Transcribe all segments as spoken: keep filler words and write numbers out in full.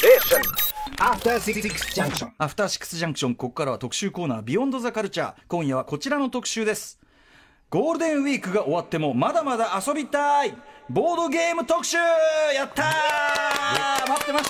アフターシックスジャンクション。 アフターシックスジャンクション、ここからは特集コーナービヨンドザカルチャー。今夜はこちらの特集です。ゴールデンウィークが終わってもまだまだ遊びたいボードゲーム特集。やったー、待ってました。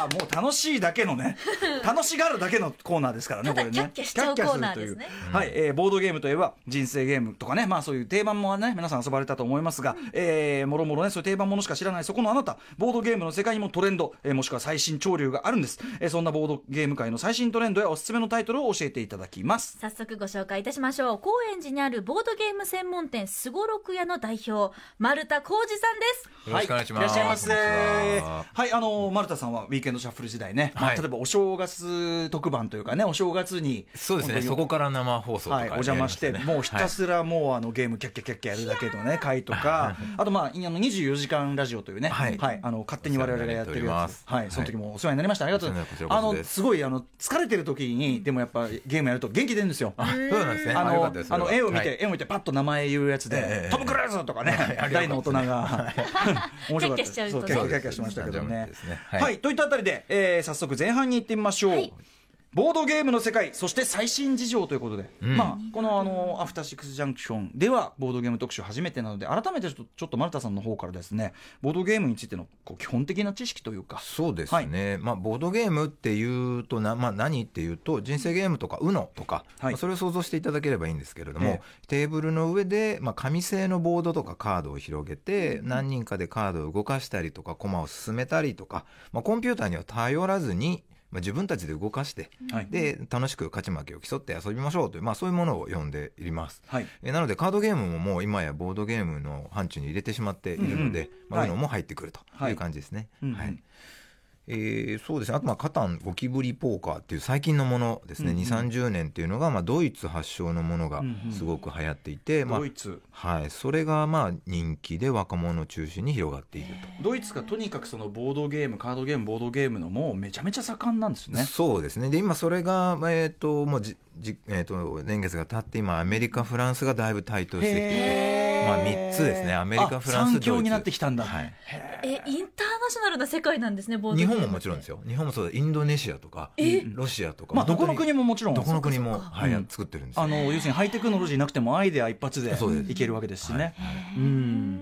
もう楽しいだけのね楽しがるだけのコーナーですからね。 ただこれねキャッキャしちゃうコーナーですね。 はい、えー、ボードゲームといえば人生ゲームとかね、まあそういう定番もね皆さん遊ばれたと思いますが、うん、えー、もろもろねそういう定番ものしか知らないそこのあなた、ボードゲームの世界にもトレンド、えー、もしくは最新潮流があるんです、えー、そんなボードゲーム界の最新トレンドやおすすめのタイトルを教えていただきます。 早速ご紹介いたしましょう。高円寺にあるボードゲーム専門店すごろく屋の代表、丸田浩二さんです。 よろしくお願いします。 はい、いらっしゃいませ。はい、あの丸田さんはウィークエンドシャッフル時代ね、はい、まあ、例えばお正月特番というかね、お正月にそうですね、そこから生放送とか、ね、 はい、お邪魔して、もうひたすらもうあのゲームキャッキャキャッキャやるだけのね回とかあとまああのにじゅうよじかんラジオというね、はいはい、あの勝手に我々がやってるやつ、はい、その時もお世話になりました。ありがとうございます。あのすごいあの疲れてる時にでもやっぱゲームやると元気出るんですよ。 あ、そうなんですね。 あのあの絵を見て、 はい、 絵を見てパッと名前言うやつで、えー、トム・クルーズとかね、はい、大の大人が面白かった。 キャッキャしちゃうとそうキャッキャキャッキャしましたけどね。 はい、 はい、といったあたりで、えー、早速前半に行ってみましょう。はい、ボードゲームの世界、そして最新事情ということで、うん、まあ、このあのアフターシックスジャンクションではボードゲーム特集初めてなので、改めてちょっと、ちょっと丸田さんの方からですね、ボードゲームについてのこう基本的な知識というか。 そうですね、はい、まあ、ボードゲームっていうとな、まあ、何っていうと人生ゲームとか ウノ とか、はい、まあ、それを想像していただければいいんですけれども、えー、テーブルの上で、まあ、紙製のボードとかカードを広げて、うん、何人かでカードを動かしたりとか駒を進めたりとか、まあ、コンピューターには頼らずにまあ、自分たちで動かして、はい、で楽しく勝ち負けを競って遊びましょうという、まあ、そういうものを呼んでいます、はい、えなのでカードゲームももう今やボードゲームの範疇に入れてしまっているので、うんうん、まあ、そういうのも入ってくるという感じですね。はい、はい、えー、そうですね。あとまあカタンゴキブリポーカーっていう最近のものですね、うんうん、にじゅう、さんじゅうねんっていうのがまあドイツ発祥のものがすごく流行っていて、うんうん、まあ、 ドイツ、 はい、それがまあ人気で若者を中心に広がっていると。 ドイツがとにかくそのボードゲーム、カードゲーム、ボードゲームのもうめちゃめちゃ盛んなんですね。 そうですね。で今それが、えー、ともうじじ、えー、と年月が経って今アメリカフランスがだいぶ台頭してきて、まあ、みっつですね。アメリカフランスドイツ、 三強になってきたんだ、はい、 えインターナショナルな世界なんですね。ボードゲーム日本ももちろんですよ。日本もそうだ。インドネシアとかロシアとか、 まあ、どこの国ももちろんどこの国も、はい、うん、作ってるんです、ね、 あの要するにハイテクノロジーなくてもアイデア一発でいけるわけですしね、はい、うん、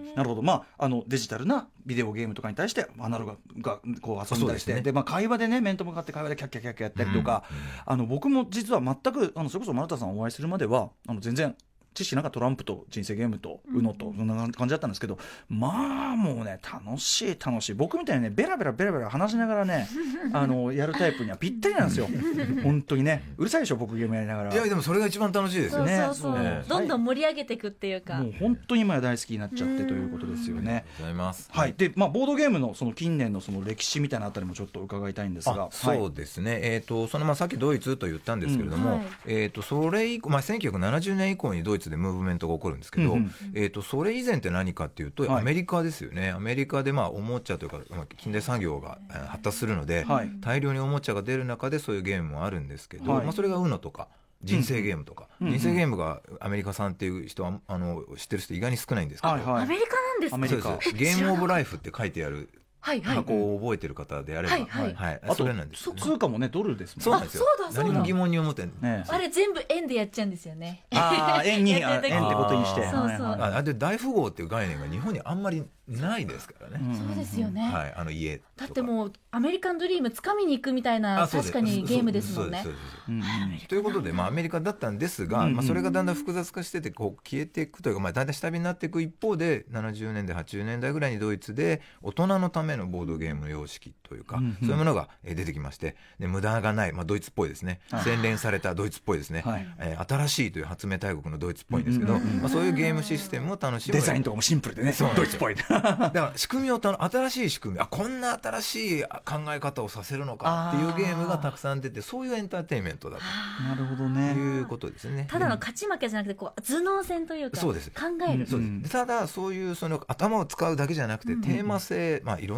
なるほど。まあ、あのデジタルなビデオゲームとかに対してアナログがこう遊んだりして、 で、ね、で、まあ、会話でね面と向かって会話でキャッキャキャッキャやったりとか、うんうん、あの僕も実は全くあのそれこそ丸田さんお会いするまではあの全然知識なんかトランプと人生ゲームと ウノ とそんな感じだったんですけど、まあもうね楽しい楽しい。僕みたいにねベラベラベラベラ話しながらねあのやるタイプにはぴったりなんですよ本当にね。うるさいでしょ僕ゲームやりながら。 いやでもそれが一番楽しいですよね。 そうそうそう、ね、どんどん盛り上げていくっていうか、 もう本当に今や大好きになっちゃってということですよね。ありがとうございます。 はい、で、まあ、ボードゲームのその近年のその歴史みたいなあたりもちょっと伺いたいんですが。 そうですね、はい、えーとそのまあさっきドイツと言ったんですけれども、うん、はい、えーとそれ以降、まあ、せんきゅうひゃくななじゅうねん以降にドイツでムーブメントが起こるんですけど、うんうん、えーとそれ以前って何かっていうと、はい、アメリカですよね。アメリカでまあおもちゃというか、まあ、近代産業が発達するので、はい、大量におもちゃが出る中でそういうゲームもあるんですけど、はい、まあ、それが ウノ とか人生ゲームとか、うんうん、人生ゲームがアメリカ産っていう人はあの知ってる人意外に少ないんですけど、はいはい、 アメリカなんですか。 アメリカゲームオブライフって書いてあるはいはい、箱を覚えてる方であれば、はいはいはい、 あとそれなんです、ね、通貨もねドルですもんね。 そうなんですよ。何も疑問に思ってん、ね、 あれ全部円でやっちゃうんですよね。 あ円に円ってことにして、 そうそう、 あで大富豪っていう概念が日本にあんまりないですからね、 うん、そうですよね、 はい、あの家だってもうアメリカンドリームつかみに行くみたいな確かにゲームですもんね。 ということで、まあ、アメリカだったんですが、うんうん、まあ、それがだんだん複雑化しててこう消えていくというか、まあ、だんだん下火になっていく一方でななじゅうねんだいはちじゅうねんだいぐらいにドイツで大人のためのボードゲームの様式というか、うんうん、そういうものが出てきまして、で無駄がない、まあ、ドイツっぽいですね。洗練されたドイツっぽいですね、はい、えー、新しいという発明大国のドイツっぽいんですけど、うんうんうん、まあ、そういうゲームシステムを楽しむ。 デザインとかもシンプルでね、ドイツっぽいだから仕組みをた新しい仕組み、あこんな新しい考え方をさせるのかっていうゲームがたくさん出て、そういうエンターテインメントだとなるほどねいうことですね。 ただの勝ち負けじゃなくてこう頭脳戦というか、そうです、考える、 そうです。ただそういうその頭を使うだけじゃなくて、うん、テーマ性、まあ、いろ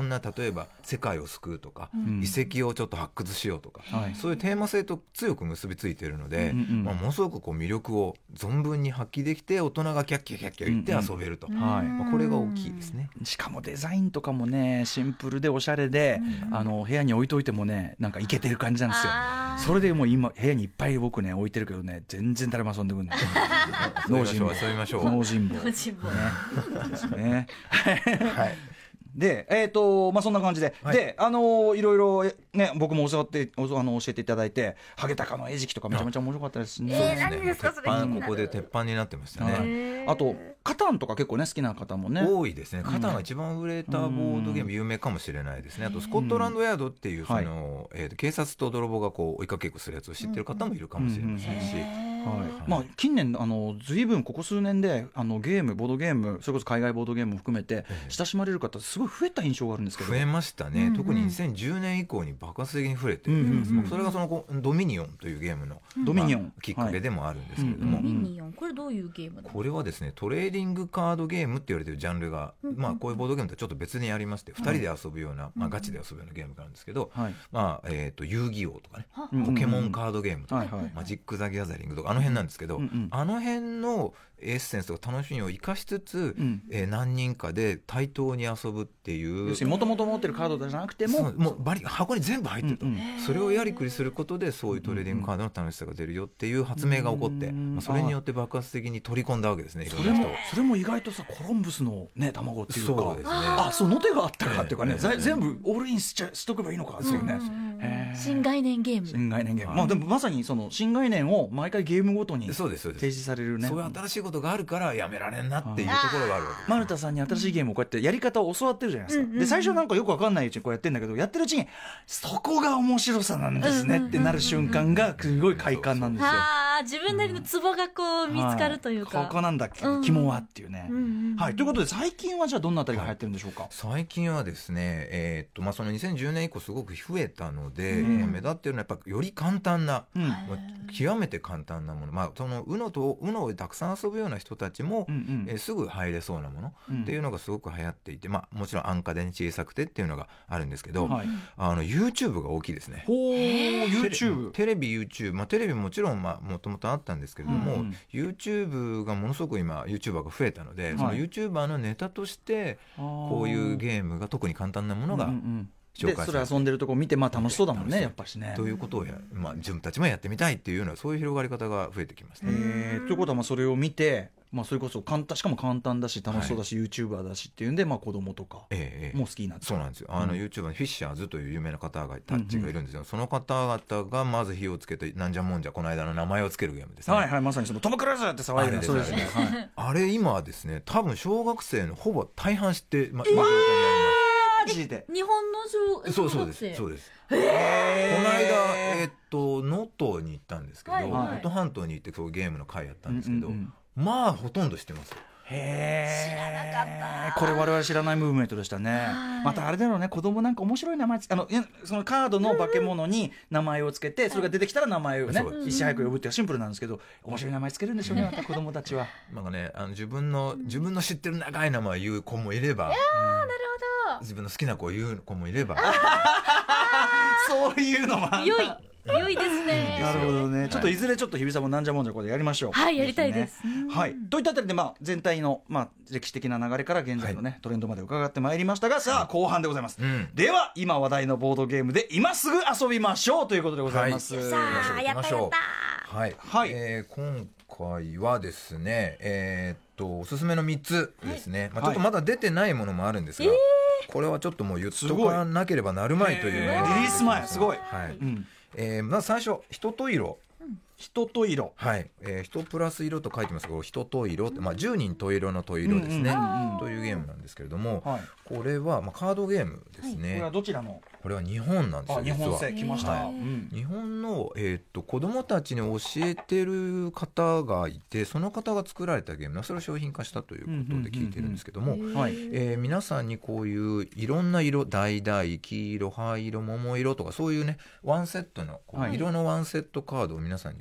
ろんな例えば世界を救うとか、 うん、 遺跡をちょっと発掘しようとか、 はい、 そういうテーマ性と強く結びついているので、うんうん、まあ、ものすごくこう魅力を存分に発揮できて大人がキャッキャキャッキャ言って遊べると、うんうん、はい、まあ、これが大きいですね。 しかもデザインとかもねシンプルでおしゃれで、うん、あの部屋に置いといてもねなんかイケてる感じなんですよ。それでもう今部屋にいっぱい僕ね置いてるけどね全然誰も遊んでくんない脳人坊、遊びましょう。 脳人坊脳人坊ねですねはい。 で、えーとまあ、そんな感じで、はい、で、あのー、いろいろ、ね、僕も教わっておあの教えていただいてハゲタカの餌食とかめちゃめちゃ面白かったですね。 えー、何ですかそれ。 ここで鉄板になってましたね、 はい、あとカタンとか結構ね好きな方もね多いですね。カタンが一番売れたボードゲーム有名かもしれないですね。あとスコットランドヤードっていうその、はい、えーと警察と泥棒がこう追いかけっこするやつを知ってる方もいるかもしれませんし、 はい、まあ、近年あのずいぶんここ数年であのゲームボードゲームそれこそ海外ボードゲームも含めて親しまれる方すごい増えた印象があるんですけど。 増えましたね、うんうん、特ににせんじゅうねん以降に爆発的に増えています、うんうんうん、それがそのドミニオンというゲームの、 ドミニオン、 まあ、きっかけでもあるんですけれども、 ドミニオンこれどういうゲームなんですか。 これはですねトレーディングカードゲームって言われてるジャンルが、うんうん、まあ、こういうボードゲームとはちょっと別にありまして、うん、ふたりで遊ぶような、まあ、ガチで遊ぶようなゲームがあるんですけど、はい、まあえー、と遊戯王とかね、うんうん、ポケモンカードゲームとか、うんうん、マジック・ザ・ギャザリングとかあの辺なんですけど、うんうん、あの辺のエッセンスとか楽しみを生かしつつ、うん、えー、何人かで対等に遊ぶっていう、 要するにもともと持ってるカードじゃなくてももうバリ箱に全部入ってると、うんうん、それをやりくりすることでそういうトレーディングカードの楽しさが出るよっていう発明が起こって、まあ、それによって爆発的に取り込んだわけですね。 それもそれも意外とさコロンブスの、ね、卵っていうか、 そうですね、 あその手があったかっていうかね、えー、全部オールインしちゃしとけばいいのかですよね、 うん、新概念ゲーム新概念ゲーム、はい、まあ、でもまさにその新概念を毎回ゲームごとに提示されるね、 そういう新しいことがあるからやめられんなっていうところがあるわけです、ね、 丸田さんに新しいゲームをこうやってやり方を教わってるじゃないですか、うんうん、で最初なんかよく分かんないうちにこうやってるんだけどやってるうちにそこが面白さなんですねってなる瞬間がすごい快感なんですよ。 あ自分なりのツボがこう見つかるというか、 はい、ここなんだっけ、うん、肝はっていうね、うんうん、はい、ということで最近はじゃあどんなあたりが流行ってるんでしょうか。 はい、最近はですね、えーっとまあ、そのにせんじゅうねん以降すごく増えたので、うん、目立っているのはやっぱより簡単な、うん、まあ、極めて簡単なもの、まあ、その ウノ と ウノ をたくさん遊ぶような人たちも、うんうん、えー、すぐ入れそうなものっていうのがすごく流行っていて、まあ、もちろん安価で小さくてっていうのがあるんですけど、はい、あの YouTube が大きいですね。 ほー YouTube テレビ YouTube、まあ、テレビもちろんもともとあったんですけれども、うんうん、YouTube がものすごく今 YouTuber が増えたので、はい、その YouTuber のネタとしてこういうゲームが特に簡単なものが、うんうん、 でそれ遊んでるとこ見て、まあ、楽しそうだもんねやっぱしね。 ということをや、まあ、自分たちもやってみたいっていうようなそういう広がり方が増えてきました、ね。 えー、ということはまあそれを見て、まあ、それこそ簡単しかも簡単だし楽しそうだし、はい、YouTuber だしっていうんで、まあ、子供とかも好きになって、ええ、 そうなんですよ。あの、うん、YouTuber のフィッシャーズという有名な方がたちがいるんですよ、うんうん、その方々がまず火をつけてなんじゃもんじゃこの間の名前をつけるゲームですね。 はいはい、まさにそのトム・クルーズって騒いでるそうですね、はい、 あれ今はですね多分小学生のほぼ大半知って、ま、えー、まあ、 マジで日本の小そうそうですそうです、えー、この間えー、っと能登に行ったんですけど能登、はいはい、半島に行ってそういうゲームの会やったんですけど、うんうんうん、まあほとんど知ってます。 へ知らなかった。 これ我々知らないムーブメントでしたね。またあれだろうね、子供なんか面白い名前つあのそのカードの化け物に名前をつけて、それが出てきたら名前をね、うん、いち早く呼ぶっていうシンプルなんですけど、面白い名前つけるんでしょうねまた子供たちは。 なんかね、あの自分の自分の知ってる長い名前を言う子もいれば、 いやー、なるほど、 自分の好きな子を言う子もいればそういうのもある。 良い良いですね。 なるほどね。ちょっといずれちょっと日比さんもなんじゃもんじゃこれやりましょう。 はい、やりたいです。 はい。といったあたりで、まあ全体のまあ歴史的な流れから現在のね、はい、トレンドまで伺ってまいりましたが、さあ後半でございます。うん、では今話題のボードゲームで今すぐ遊びましょうということでございます。 はい、さあやったやった。 はいはい。えー、今回はですね、えー、っとおすすめのみっつですね。はい、まあちょっとまだ出てないものもあるんですが。はい、これはちょっともう言っとかなければなるまいという、 ね、リリース前すごい、 はい、うん、えー、まず最初人と色、 人と色、 はい、えー、人プラス色と書いてますけど人と色って、まあ、じゅうにんと色のと色ですね、うんうん、というゲームなんですけれども、はい、これは、まあ、カードゲームですね、はい、 これはどちらのこれは日本なんですよ。 日本製来ました、はい、うん、 日本の、えー、っと子どもたちに教えてる方がいてその方が作られたゲームそれを商品化したということで聞いてるんですけども、えー、皆さんにこういういろんな色橙、黄色、灰色、桃色とかそういうねワンセットのこう色のワンセットカードを皆さんに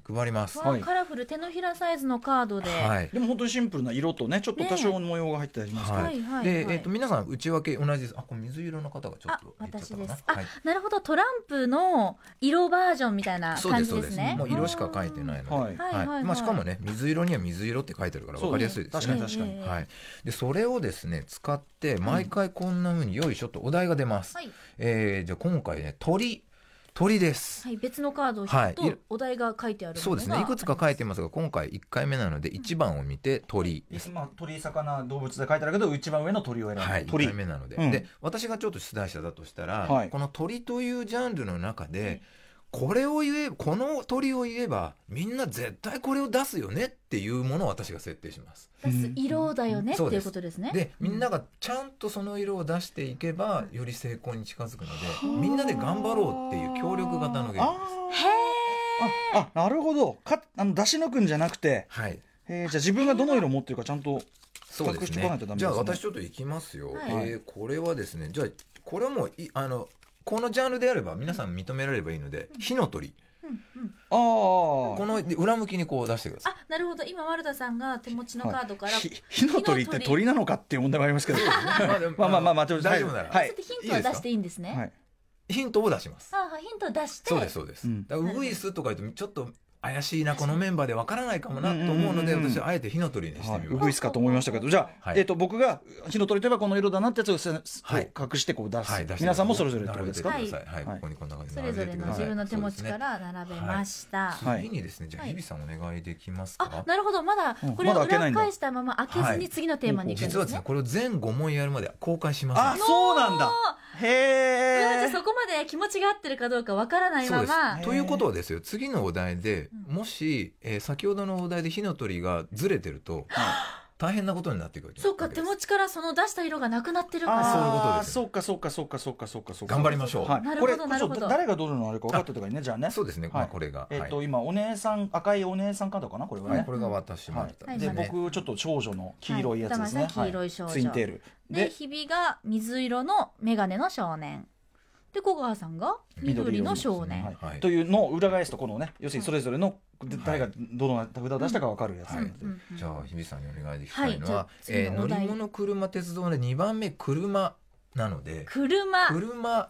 配ります。 わあカラフル手のひらサイズのカードで、 はい、 でも本当にシンプルな色とねちょっと多少模様が入ってたりしますけど、 はいはいはい、 で、えー、と皆さん内訳同じです。あこれ水色の方がちょっとあ言っちゃったかな。 私です。 はい、 あなるほどトランプの色バージョンみたいな感じですね。 もう色しか書いてないので、 はいはいはいまあ、しかもね水色には水色って書いてるから分かりやすいですね。 確かに確かに、 はい、でそれをですね使って毎回こんな風によいしょとお題が出ます。 はい、 えー、じゃあ今回ね鳥鳥です、 はい、別のカードを引くとお題が書いてあるものが、 そうですねいくつか書いてますが今回いっかいめなのでいちばんを見て鳥です、 まあ、鳥魚動物で書いてあるけど一番上の鳥を選んだ、 はい、 鳥いっかいめなので、 うん、 で私がちょっと出題者だとしたら、 はい、 この鳥というジャンルの中でこれを言えこの鳥を言えばみんな絶対これを出すよねっていうものを私が設定します。 出す色だよね、うん、っていうことですね。 でみんながちゃんとその色を出していけばより成功に近づくので、うん、みんなで頑張ろうっていう協力型のゲームです。 へーああなるほどかあの出し抜くんじゃなくて、 はい、 えー、じゃあ自分がどの色を持ってるかちゃんとそうですね。じゃあ私ちょっといきますよ、はい、えー、これはですねじゃあこれはもういあのこのジャンルであれば皆さん認められればいいので、うん、火の鳥、うんうん、あこの裏向きにこう出してください。 あなるほど今丸田さんが手持ちのカードから、はい、 火の鳥って鳥なのかっていう問題もありますけどまあまあまあまあ大丈夫なら、 はい、ヒントは出していいんですね。 はい、 ヒントを出します。 あヒントを出してそうですそうです、うん、だウグイスとか言うとちょっと怪しいなこのメンバーでわからないかもなと思うので、私はあえて火の鳥にしてみます。 ウグイスかと思いましたけど、じゃあ、はい、えー、と僕が火の鳥といえばこの色だなってやつを、はい、隠してこう出す、はい、皆さんもそれぞれってことですか。 はい、はい、ここにこんな感じでそれぞれの自分の手持ちから並べました。 はい、次にですねじゃあ日比さんお願いできますか。 あなるほどまだこれを裏返したまま開けずに次のテーマに行くんですね。 実はですねこれを全ごもんやるまで公開します。 あそうなんだ。へえ。 じゃあそこまで気持ちが合ってるかどうかわからないまま。 ということはですよ次のお題でもし、えー、先ほどのお題で火の鳥がずれてると大変なことになっていくわけです。 そうか手持ちからその出した色がなくなってるから。 そういうことです。 そうかそうかそうかそうかそうかそうか頑張りましょう。 はい、なるほどなるほど。 誰がどれのあれか分かってたからねじゃあね。 そうですね、まあ、これが、 えっと今お姉さん赤いお姉さんカードかなこれはね、はい、 これが私も、 はい、で僕ちょっと少女の黄色いやつですね、 黄色い少女、 ツインテールで日々が水色のメガネの少年で小川さんが緑の少年、 はいはい、というのを裏返すとこのね要するにそれぞれの誰がどの札を出したか分かるやつなので、 はい、じゃあ日比さんにお願いできたいのは、はい、えー、乗り物車鉄道でにばんめ車なので車車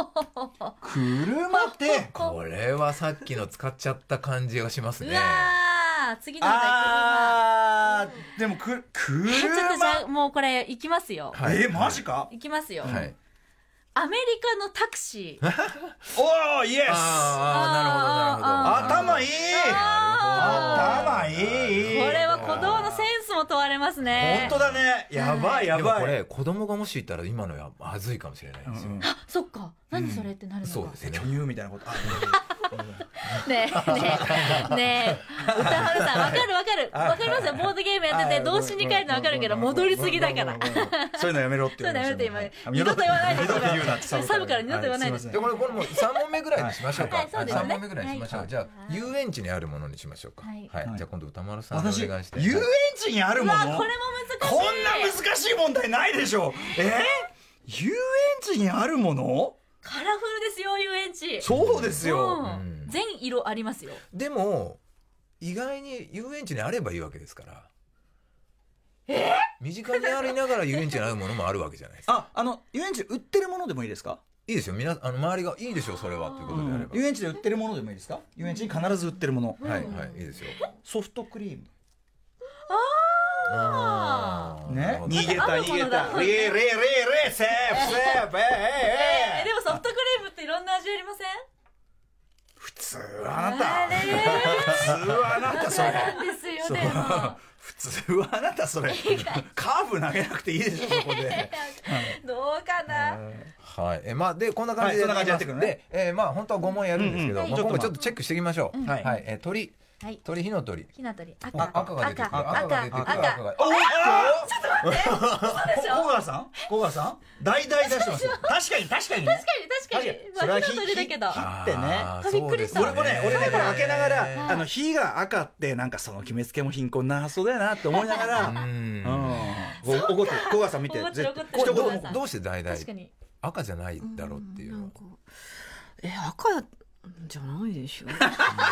車ってこれはさっきの使っちゃった感じがしますね。 うわ次のお題車。 あーでもく車ちょっとじゃあもうこれいきますよ。 はい、えー、マジかいきますよ、 はい、 アメリカのタクシーおーイエスあーなるほどなるほど頭いい頭いいこれは子供のセンスも問われますね。 本当だねやばいやばい。 でもこれ子供がもしいたら今のはまずいかもしれないですよ、うんうん、 あそっか何それってなるのか、 そうですね巨乳みたいなことねえねえねえ歌丸さんわかるわかるわかりますよ。ボードゲームやってて動詞に変えるのわかるけど戻りすぎだからそういうのやめろって言われて二度と言わないでサブから二度と言わないで。 でこれこれもうさん問目ぐらいにしましょうか。 はいそうですね、 さん問目ぐらいにしましょう。じゃあ遊園地にあるものにしましょうか。はいじゃあ今度歌丸さんお願いして。 遊園地にあるもの。 これも難しい。 こんな難しい問題ないでしょ。えー、遊園地にあるもの。 カラフルですよ遊園地。 そうですよ、 うん、全色ありますよ。 でも意外に遊園地にあればいいわけですから。 えー、 身近にありながら遊園地にあるものもあるわけじゃないですか。 あ、あの遊園地で売ってるものでもいいですか。 いいですよ。みなあの周りがいいでしょうそれはということであれば、 うん、遊園地で売ってるものでもいいですか。遊園地に必ず売ってるもの、 うん、はいはいいいですよ。 ソフトクリーム。 ああね、逃げた逃げたレレレレセーフセーフえー、でもソフトクリームっていろんな味ありません。 普通はあなた普通はあなたそれなんですよ。でも普通はあなたそれカーブ投げなくていいでしょそこでどうかな。 はいえまあでこんな感じでやってくるね。えまあ本当はご問やるんですけど、今回ちょっとチェックしていきましょう。はいえ鳥はい、鳥火の鳥火の鳥赤赤が出てくる赤が出てくる赤がおっとちょっと待ってそうでしょ。 小川さん小川さん大々出してますよ。確かに確かに確かに確かにそれは火の鳥だけど火ってねびっくりした。 俺もね俺ねこれ開けながらあの火が赤ってなんかその決めつけも貧困な発想だよなって思いながらうん怒って小川さん見て怒ってる怒ってるどうして大々赤じゃないだろうっていうのえ赤じゃないでしょ。 しか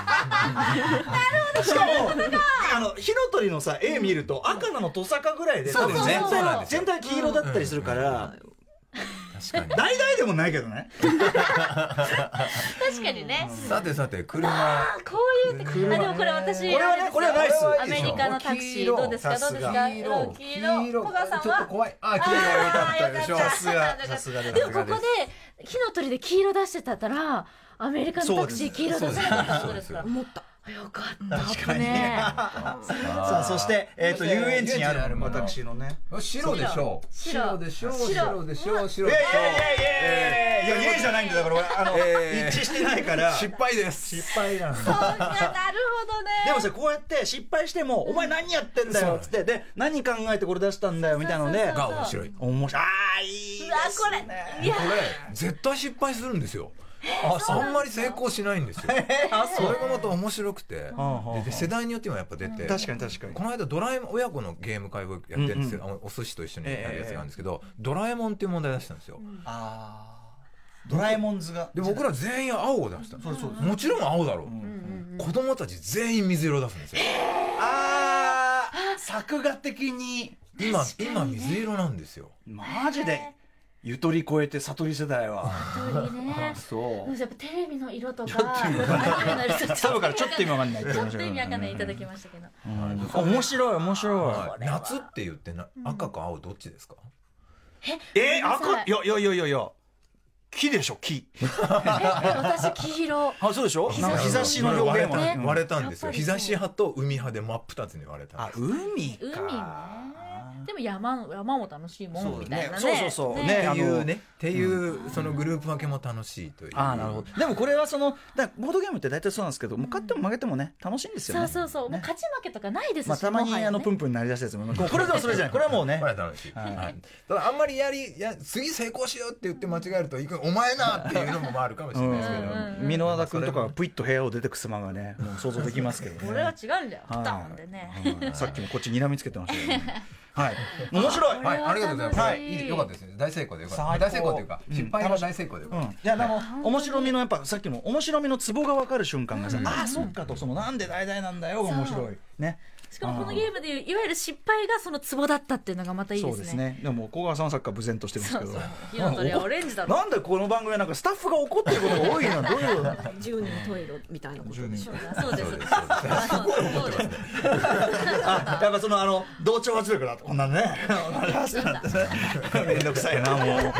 もあの火の鳥のさ絵見ると赤なのトサカぐらいで、多分全体全体黄色だったりするから、確かに大々でもないけどね。 確かにね。 さてさて車、 あこういう車、あでもこれ私これはねこれはナイス。 アメリカのタクシーどうですかどうですか。 黄色黄色。小川さんはちょっと怖い。あ黄色よかったでしょ。 さすがさすがです。 でもここで火の鳥で黄色出してたらアメリカのタクシー黄色出せなかったってことですか。 思った。 よかった確かにね。 さあそしてえっと遊園地にある私のね白でしょう。白でしょう。白でしょう。白いやでしょう。 いやいやいやいやいやいやじゃないんだから俺あの一致してないから失敗です。 失敗なんだ。 そうなるほどね。 でもさこうやって失敗してもお前何やってんだよっつってで何考えてこれ出したんだよみたいなのでが面白い。 面白い。ああいいですね。 いやこれ絶対失敗するんですよ。あ, あんまり成功しないんですよ。 あそれがまた面白くて、でで世代によってもやっぱ出て、 確かに確かにこの間ドラえもん親子のゲーム会をやってるんですよ、うんうん、お寿司と一緒にやるやつがあるんですけど、えー、ドラえもんっていう問題出したんですよ、うん、 あドラえもん図がで僕ら全員青を出したんです、うん、もちろん青だろう、うんうん、子供たち全員水色出すんですよ。 ああ作画的に今今水色なんですよ。 マジでゆとり超えて悟り世代はゆとりね。 そうやっぱテレビの色とかサブからちょっと今わかんないちょっと意味わかんないいただきましたけど、 うん、面白い面白い。 夏って言ってな赤か青どっちですか。 ええ赤いやいやいやいやいや木でしょ木。 え私黄色。 あそうでしょ。なんか日差しの表現は割れたんですよ。日差し派と海派で真っ二つに割れた。 あ海か。 海ね。でも山山も楽しいもんみたいなね。 そうそうそうねっていうねっていうそのグループ分けも楽しいという。 ああなるほど。でもこれはそのだボードゲームって大体そうなんですけど、勝っても負けてもね楽しいんですよね。 そうそうそう。もう勝ち負けとかないですし。 まあたまにあのプンプン鳴り出したやつもこれでもそれじゃない。これはもうね。 これは楽しい。ただあんまりやりや次成功しようって言って間違えるといくお前なっていうのもあるかもしれないですけど。 箕輪田君とかプイッと部屋を出てく様がねもう想像できますけど。 これは違うんだよ。ドーンでね。 さっきもこっち睨みつけてましたよね。はい、面白い。 はい、ありがとうございます。はい、いい、よかったですね。大成功でよかった。大成功というか、失敗は大成功でよかった。いや、でも、面白みの、やっぱ、さっきの面白みのツボが分かる瞬間がさ、ああ、そっかと、その、なんで大々なんだよ、面白い。ね。 しかもこのゲームでいういわゆる失敗がそのツボだったっていうのがまたいいですね。 そうですね。でも小川さんはさっきから無然としてますけど。 火の鳥はオレンジだろ。 なんでこの番組はなんかスタッフが怒ってることが多いな。どういう。 じゅうにんトイレみたいなことでしょ。 そうです。 そうです。あ、やっぱそのあの同調圧力だとこんなね。めんどくさいなもう。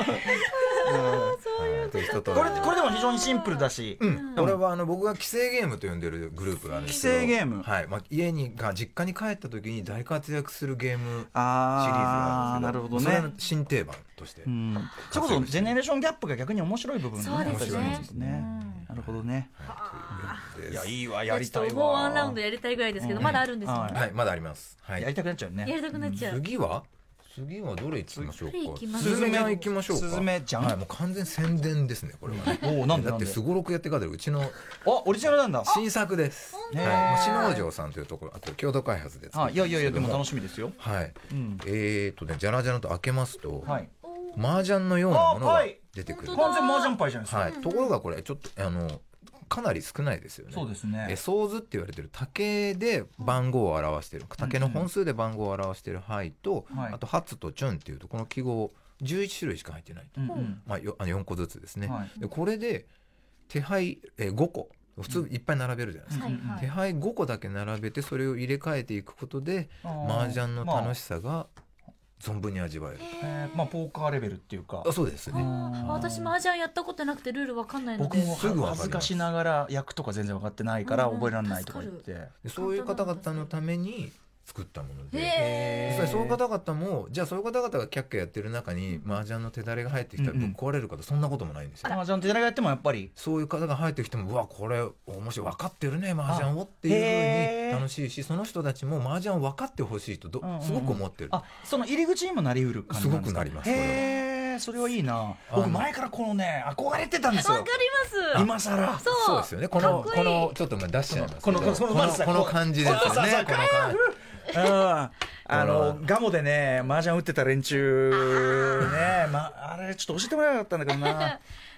そういうことこれこれでも非常にシンプルだし、 これはあの僕が既成ゲームと呼んでるグループがあるんですけど、 既成ゲーム、 はい、まあ家にが実家に帰った時に大活躍するゲームシリーズがあるんですけど、 なるほどね、 それの新定番として、 うん、それこそジェネレーションギャップが逆に面白い部分がね、 そうですね。なるほどね。いやいいわやりたいわ。 もうワンラウンドやりたいぐらいですけど、まだあるんですよね。 はい、まだあります。はい。 やりたくなっちゃうね。 やりたくなっちゃう。 次は？次はどれ行きましょうか。 すずめちゃん行きましょうか。 すずめちゃん。 はい、もう完全宣伝ですねこれはね。 おお、なんでだってすごろくやってからうちのあオリジナルなんだ。 新作です。はい。篠城さんというところ、あと共同開発です。 あいやいやいやでも楽しみですよ。 はい。えっとねじゃらじゃらと開けますと、麻雀のようなものが出てくる。 完全麻雀パイじゃないですか。 はい。ところがこれちょっとあの。かなり少ないですよね。 そうですね。 え、相図って言われてる竹で番号を表している、竹の本数で番号を表している牌と、うんうん、あと発とチュンっていうとこの記号じゅういち種類しか入ってないと、うんうん、まあ、よあのよんこずつですね、はい、でこれで手牌、えー、ごこ普通いっぱい並べるじゃないですか、うん、手牌ごこだけ並べてそれを入れ替えていくことで麻雀の楽しさが、まあ存分に味わえる、 えー、まあポーカーレベルっていうか。 あそうですね。 私麻雀やったことなくてルールわかんないので、 僕もすぐ恥ずかしながら役とか全然分かってないから覚えられないとか言って、でそういう方々のために作ったもので、実際そういう方々もじゃあそういう方々がキャッキャやってる中に麻雀の手だれが入ってきたらぶっ壊れるかと、そんなこともないんですよ。 麻雀の手だれがやってもやっぱりそういう方が入ってきてもうわこれ面白い分かってるね麻雀をっていう風に楽しいし、その人たちも麻雀を分かってほしいとど、うんうん、すごく思ってる。 あその入り口にもなりうる感じなんですか。 すごくなります。 へーそれはいいな。僕前からこのね憧れてたんですよ。 わかります。 今更そうそうですよね。このこのちょっと出しちゃいますけど、 このこのこのこのこの感じですよね。この感じ。 うん、あのガモでね麻雀打ってた連中ね、ま、あれちょっと教えてもらえなかったんだけどな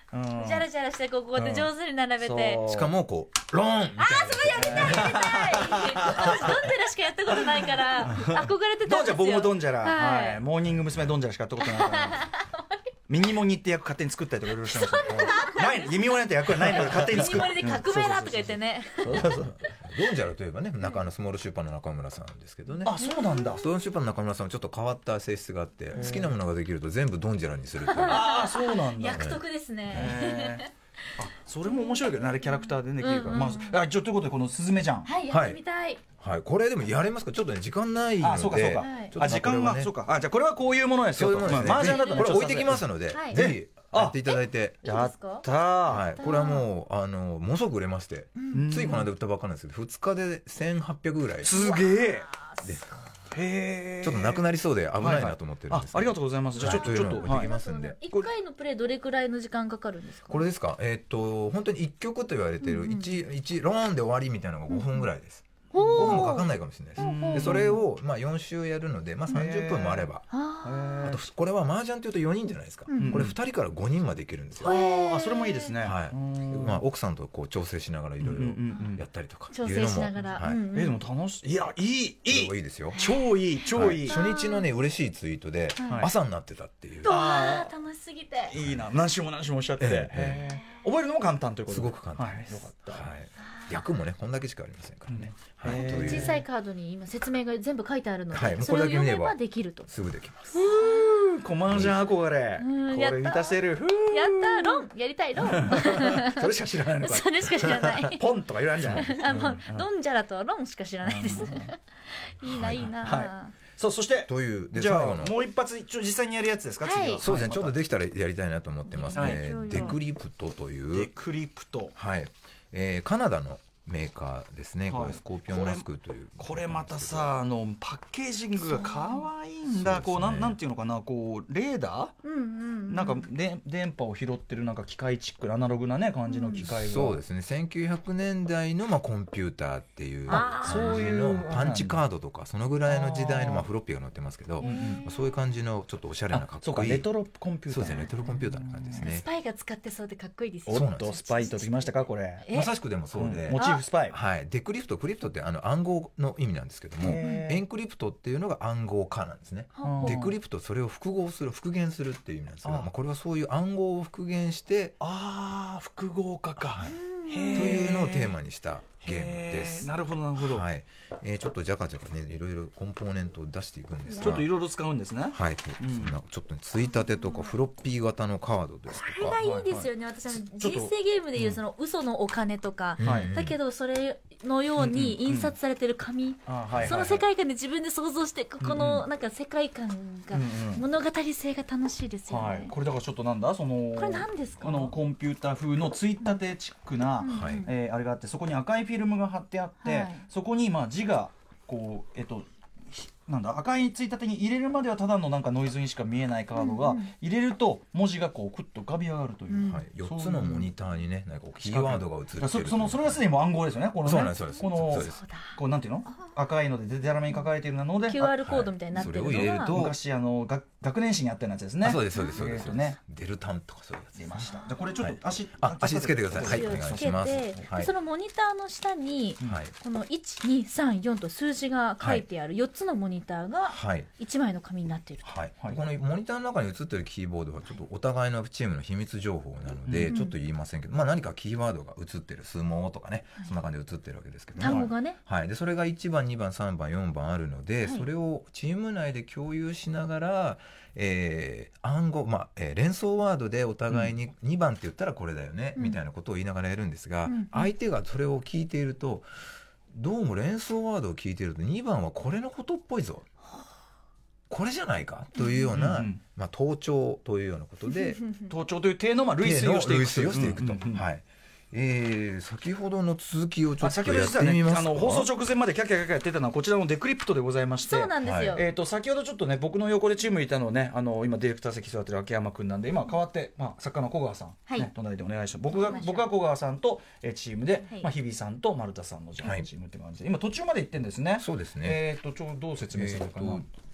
うんジャラジャラしてこうこうやって上手に並べて、 そうしかもこうローンみたいな、 あそれやりたいやりたい私ドンジャラしかやったことないから憧れてたんですよ。 ドンジャラ僕もドンジャラ、 はいはい、モーニング娘。ドンジャラしかやったことないからミニモニって役勝手に作ったりとかいろいろしてましたないミニモニって役はないので勝手にミニ作るモニで革命だとか言ってね。 そうそうそうドンジャラといえばね、中野スモール出版の中村さんですけどね。 あそうなんだスモール出版の中村さんはちょっと変わった性質があって、好きなものができると全部ドンジャラにするっていうああそうなんだ役得ですね。 へーあそれも面白いけどねあれキャラクターでできるから、まあ、あちょということでこのスズメちゃんはいやってみたい。 はい、これでもやれますか。ちょっとね時間ないので、 あそうかそうか、 はいちょっとあ時間が、 ね、 そうかあじゃあこれはこういうものですよとそういうものですね。 まあ麻雀だとねこれ置いてきますので、 はいぜひやっていただいて。 いいですか。 やったー、 はい、これはもうあのものすごく売れまして、 うんついこの間売ったばっかなんですけどふつかでせんはっぴゃくぐらいすげえでへえちょっとなくなりそうで危ないなと思ってるんですけど、 あありがとうございますじゃあちょっと、 はいちょっとというのを置いてきますんで、 一回のプレイどれくらいの時間かかるんですか。 これですか。えーっと本当にいっきょくと言われてるいち、いちローンで終わりみたいなのがごふんぐらいです。ごふんもかかんないかもしれないです。 うんでそれをまあよん週やるので、まあ、さんじゅっぷんもあれば、 ああとこれは麻雀というとよにんじゃないですか、 うんこれふたりからごにんまでいけるんですよ。 あーあそれもいいですねはいうんまあ、奥さんとこう調整しながらいろいろやったりとか調いうのも、 整しながら。 はいうんうんえでも楽しいいやいいいいいいですよ。 超いい超いい、 はい初日のね嬉しいツイートで、 はい朝になってたっていう、 わあ楽しすぎて。 いいな何週も何週もおっしゃってて、 ええへー覚えるのも簡単ということですごく簡単です、 はい、よかった、 はい、役もねこんだけしかありませんからね、 うんへーはいという小さいカードに今説明が全部書いてあるので、 はいもうそれをこれだけ見れば読めばできると。 すぐできます。 コマージャン憧れ、 うんこれ満たせるふーやったロンやりたいロン。 それしか知らないのかそれしか知らない。 ポンとかいろいろあるんじゃないあもうドンジャラとロンしか知らないです。いいないいな。 はそうそしてというでじゃ最後のあもう一発一応実際にやるやつですか、 はい次はそうですね、 はいちょっとできたらやりたいなと思ってますね、 はいデクリプトといデう、 クリプトはいえーカナダのメーカーですね、 はいこれスコーピオンマスクというこれまたさあのパッケージングが可愛いんだ、 そうこうなんそうですねなんていうのかなこうレーダー、 うんうんうん。 なんかで電波を拾ってるなんか機械チックなアナログなね感じの機械が、 そうですねせんきゅうひゃくねんだいのまあコンピューターっていうあー感じそういうのパンチカードとかそのぐらいの時代のまあフロッピーが載ってますけど、 うんうんそういう感じのちょっとおしゃれなかあっこいいそうかレトロコンピューターそうですねレトロコンピューターの感じですねス、パイが使ってそうでかっこいいですおよ。 っとスパイときましたかこれ、 えまさしくでもそうで、 うんモチーフスパイはい、デクリプトクリプトってあの暗号の意味なんですけどもへーエンクリプトっていうのが暗号化なんですね。 うんデクリプトそれを複合する復元するっていう意味なんですけどあまあ、これはそういう暗号を復元してああ複合化か、 とへーいうのをテーマにしたゲームですへー。なるほどなるほど、 はいえーちょっとジャカジャカねいろいろコンポーネントを出していくんですがちょっといろいろ使うんですね、 はい、 うんそんなちょっとねついたてとかフロッピー型のカードですとかこれがいいですよね。私あのちょっ人と生ゲームでいうその嘘のお金とか、 はいうんだけどそれのように印刷されてる紙、 あはいはいはいその世界観で自分で想像していくこのなんか世界観がうんうん物語性が楽しいですよね。 はい、これだからちょっとなんだそのこれ何ですか？ あのコンピューター風のついたてチックな、 うんはいえーあれがあってそこに赤いフィルムが貼ってあって、 はいそこにまあ字がこうえっとひなんだ赤いついたてに入れるまではただのなんかノイズにしか見えないカードが、 うんうん入れると文字がこうクッと浮かび上がるという、 うんはい、よっつのモニターにねなんかこうキーワードが映ってるそそのそれがすでにもう暗号ですよねこのねそうなんですそうですこのそうですそうだ。 こうなんていうの赤いのでででらめに書かれているのでキューアール コードみたいになってるのはいそれを入れがると昔あの学学年誌にあったようなやつですねあそうですそうですそうです、 えーとねデルタンとかそういうやつ出ましたじゃあこれちょっと足、 あ足つけてくださいはいお足をつけて、 願いしますではいそのモニターの下にはいこのいちにさんよんと数字が書いてあるよっつのモニターがはいいちまいの紙になっていると。 はいはいこのモニターの中に映ってるキーボードはちょっとお互いのチームの秘密情報なので、 うんちょっと言いませんけど、まあ、何かキーワードが映ってる相撲とかね、そんな感じで映ってるわけですけども、 単語がね、 はい、でそれがいちばんにばんさんばんよんばんあるので、 はいそれをチーム内で共有しながら、えー暗号、まあえー連想ワードでお互いににばんって言ったらこれだよね、 うんみたいなことを言いながらやるんですが、 うん相手がそれを聞いているとどうも連想ワードを聞いているとにばんはこれのことっぽいぞこれじゃないかというような、 うんうんまあ、盗聴というようなことで盗聴という体のまあ類推をしていく類推をしていくと、 うんうんうんはいえー先ほどの続きをちょっあ先ほどとやって実はねみますか。 あの放送直前までキャッキャキャッキャやってたのはこちらのデクリプトでございましてそうなんですよ、 はえー、と先ほどちょっとね僕の横でチームにいたのをねあの今ディレクター席座ってる秋山君なんで今代わって、まあ、作家の小川さん、ねはい隣でお願いします僕がお願いします僕が小川さんと、えーチームで、 はいまあ、日比さんと丸田さんのじゃあはいチームって感じで今途中まで行ってんですねそうですねえっ、とちょうどどう説明するかな、 えーと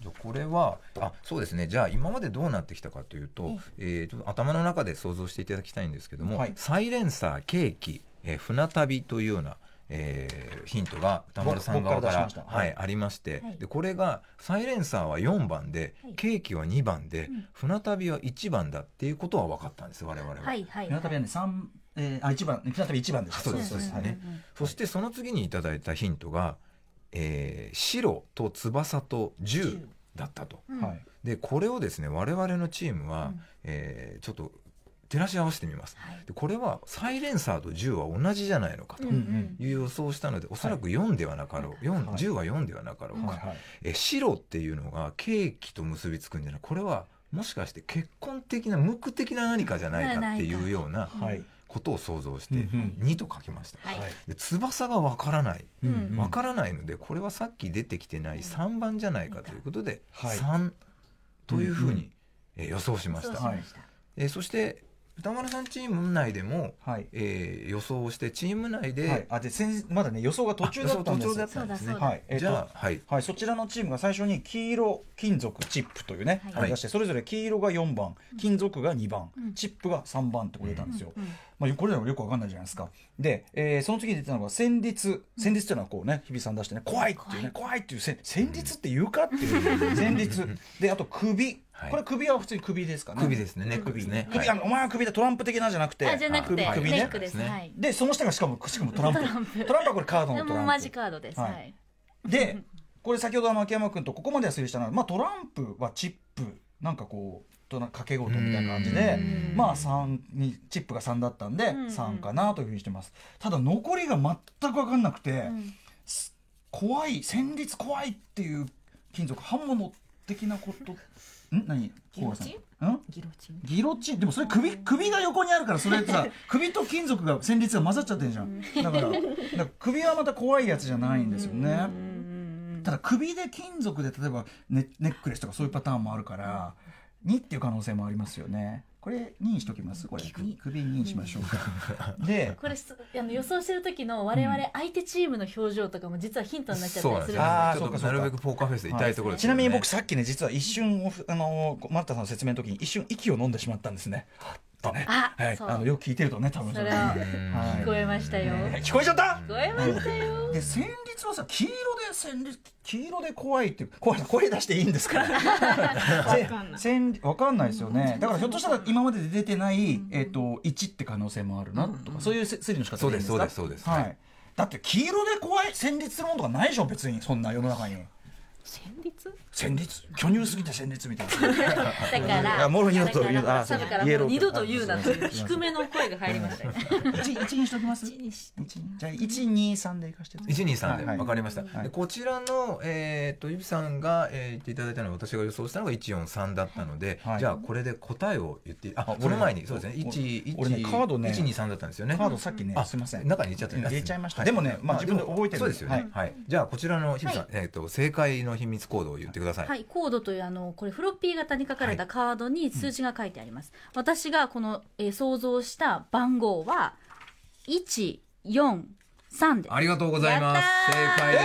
これはあそうですね。じゃあ今までどうなってきたかというと、えー、ちょっと頭の中で想像していただきたいんですけども、はい、サイレンサー、ケーキ、えー、船旅というような、えー、ヒントが歌丸さん側から、はい、ありまして、はい、でこれがサイレンサーはよんばんで、はい、ケーキはにばんで、うん、船旅はいちばんだっていうことは分かったんです我々は。 はいはい、 船旅はねさん、えー、あいちばん、船旅いちばんです。 そうですそうですね。うんうん、そしてその次にいただいたヒントが、えー、白と翼と銃だったと、うん、でこれをですね我々のチームは、うんえー、ちょっと照らし合わせてみます、はい、でこれはサイレンサーと銃は同じじゃないのかという予想をしたので、うんうん、おそらくよんではなかろう、はい、よん銃はよんではなかろうか、はいはい、え白っていうのがケーキと結びつくんじゃない、これはもしかして結婚的な無垢的な何かじゃないかっていうような、はい、ことを想像してにと書きました、はい、で翼がわからない、うんうん、わからないのでこれはさっき出てきてないさんばんじゃないかということで、はい、さんというふうに、うんうん、予想しました、はい、えそして歌丸さんチーム内でも、はいえー、予想をしてチーム内で、はい、 あでまだね予想が途中だったんですよ。 じゃあ、はいはい、そちらのチームが最初に黄色金属チップというね、はい、出してそれぞれ黄色がよんばん金属がにばん、うん、チップがさんばんってこれ出たんですよ、うんうんまあ、これでもよくわかんないじゃないですか。で、えー、その次に出たのが戦慄戦慄っていうのはこうね日比さん出してね怖いっていうね怖いっていう戦慄って言うかっていう戦慄であと首はい、これ首は普通に首ですかね。 首ですね。ネックですね。 首、はい、あのお前は首だトランプ的なじゃなくて、 あじゃなくて首ネックですね。はい、 でその下がしかもしかもトランプ。トランプトランプはこれカードのトランプ。 マジカードです。はい。 でこれ先ほどあの秋山君とここまでは推理したのは、まあトランプはチップなんかこうとな掛け事みたいな感じで、まあさんにチップがさんだったんでさんかなというふうにしてます。ただ残りが全く分かんなくて、うん、怖い戦慄怖いっていう金属刃物的なこと。ん何ギロチンんギロチンギロチンでもそれ首首が横にあるからそれさ首と金属が旋律が混ざっちゃってるじゃん。だからだから首はまた怖いやつじゃないんですよね。ただ首で金属で例えば ネ, ネックレスとかそういうパターンもあるからにっていう可能性もありますよね。これににしときます。これ首ににしましょうか。でこれあの予想してる時の我々相手チームの表情とかも実はヒントになっちゃったりするんですよ。 あちょっとなるべくポーカーフェイスで痛いところです、ねはい、ちなみに僕さっきね実は一瞬あのマルタさんの説明の時に一瞬息を飲んでしまったんですね。ねあはい、あのよく聞いてるとね多分それは聞こえましたよ、 えー、聞こえちゃった聞こえましたよ。 で旋律はさ黄色で旋律黄色で怖いって怖い声出していいんですか分かんない分かんないですよね。だからひょっとしたら今までで出てない、えー、といちって可能性もあるなとか、うん、そういう推理の仕方でいいんですか。 そうですそうですそうです、 はい、だって黄色で怖い旋律するものとかないでしょ別にそんな世の中に。 旋律旋律巨乳すぎて旋律みたいなだからもろ二度と言うなだからもう二度と言うなという低めの声が入りましたね。 いちにしときます。じゃあいちにさんでいかしていちにさんで分かりました。でこちらのえっとゆびさんがえ言っていただいたのは私が予想したのがいちよんさんだったので、じゃあこれで答えを言ってあその前にそうですねいちいちカードねいちにさんだったんですよね。 カードさっきねすみません中に入れちゃって入れちゃいました。でもねまあ自分で覚えてる。 そうですよね。はいじゃあこちらのひびさんえっと正解の秘密コードを言ってください。 はい、コードというあのこれフロッピー型に書かれたカードに数字が書いてあります。はいうん、私がこの、えー、想像した番号はいちよんさんです。 ありがとうございます。正解です。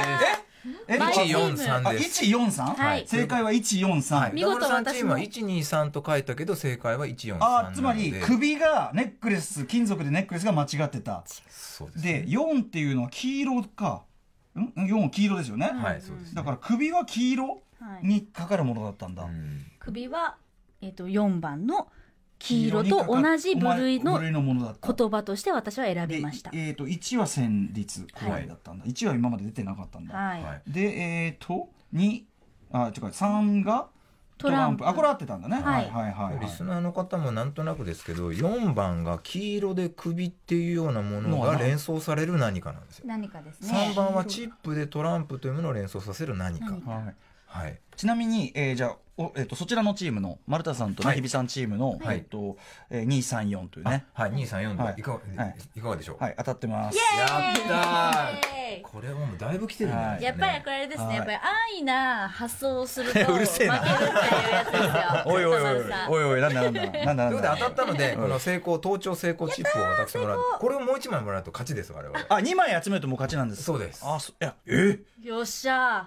えいちよんさんです。 いちよんさん、はい、正解はいちよんさん、はい、 見事私チームはいちにさんと書いたけど正解はいちよんさんなので、 あつまり首がネックレス金属でネックレスが間違ってた。 そうです、ね、 でよんっていうのは黄色かんよん黄色ですよね、 はいそうですね、 だから首は黄色にかかるものだったんだ、はい、 首は、えー、とよんばんの黄色と同じ部類の言葉として私は選びました。 えー、といちは旋律怖いだったんだ、はい、いちは今まで出てなかったんだ、はい、でえー、とにあ違うさんがトランプ、あこれ合ってたんだね、はいはいはいはい、 リスナーの方もなんとなくですけどよんばんが黄色で首っていうようなものが連想される何かなんですよ。 何かですね。 さんばんはチップでトランプというものを連想させる何か、何か、はいはい、ちなみに、えー、じゃあお、えー、とそちらのチームの丸田さんと、ねはい、日比さんチームの、はいえーとえー、にさんよんというね、 はいにさんよんで、はい、いかが、はい、いかがでしょう。 はい、当たってます。 やったー。これはもうだいぶ来てるんですね。 やっぱりこれですね、はい、やっぱり安易な発想をすると負けるっていうやつですよ。 おいおいおいおいおいなんだなんだなんだなんだ。 ということで当たったのでこの成功盗聴成功チップを私もらう。これをもういちまいもらうと勝ちです我々。 あにまい集めるともう勝ちなんです。 そうです。 あそいやえよっしゃー。